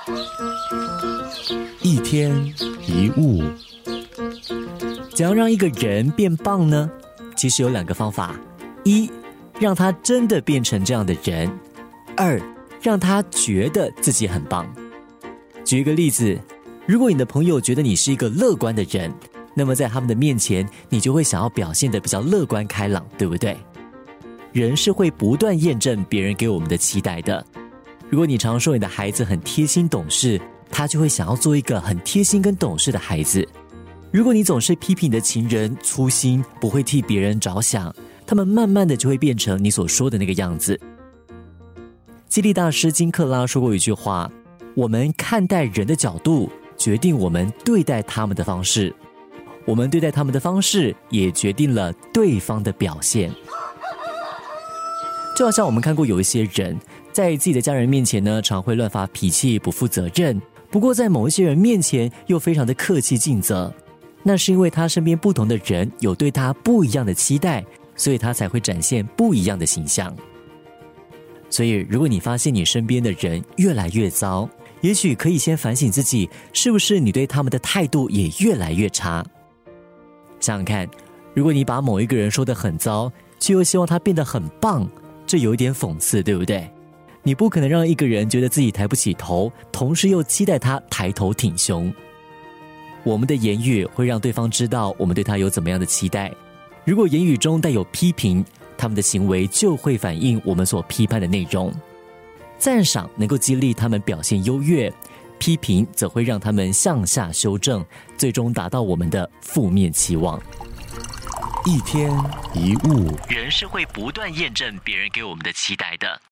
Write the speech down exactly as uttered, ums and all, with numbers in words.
一天一物。怎样让一个人变棒呢？其实有两个方法：一，让他真的变成这样的人；二，让他觉得自己很棒。举一个例子，如果你的朋友觉得你是一个乐观的人，那么在他们的面前，你就会想要表现得比较乐观开朗，对不对？人是会不断验证别人给我们的期待的。如果你常说你的孩子很贴心懂事，他就会想要做一个很贴心跟懂事的孩子。如果你总是批评你的情人粗心，不会替别人着想，他们慢慢的就会变成你所说的那个样子。激励大师金克拉说过一句话：我们看待人的角度，决定我们对待他们的方式，我们对待他们的方式，也决定了对方的表现。就好像我们看过有一些人在自己的家人面前呢，常会乱发脾气，不负责任，不过在某一些人面前又非常的客气尽责。那是因为他身边不同的人有对他不一样的期待，所以他才会展现不一样的形象。所以如果你发现你身边的人越来越糟，也许可以先反省自己，是不是你对他们的态度也越来越差。想想看，如果你把某一个人说得很糟，却又希望他变得很棒，这有一点讽刺，对不对？你不可能让一个人觉得自己抬不起头，同时又期待他抬头挺胸。我们的言语会让对方知道我们对他有怎么样的期待。如果言语中带有批评，他们的行为就会反映我们所批判的内容。赞赏能够激励他们表现优越，批评则会让他们向下修正，最终达到我们的负面期望。一天一物，人是会不断验证别人给我们的期待的。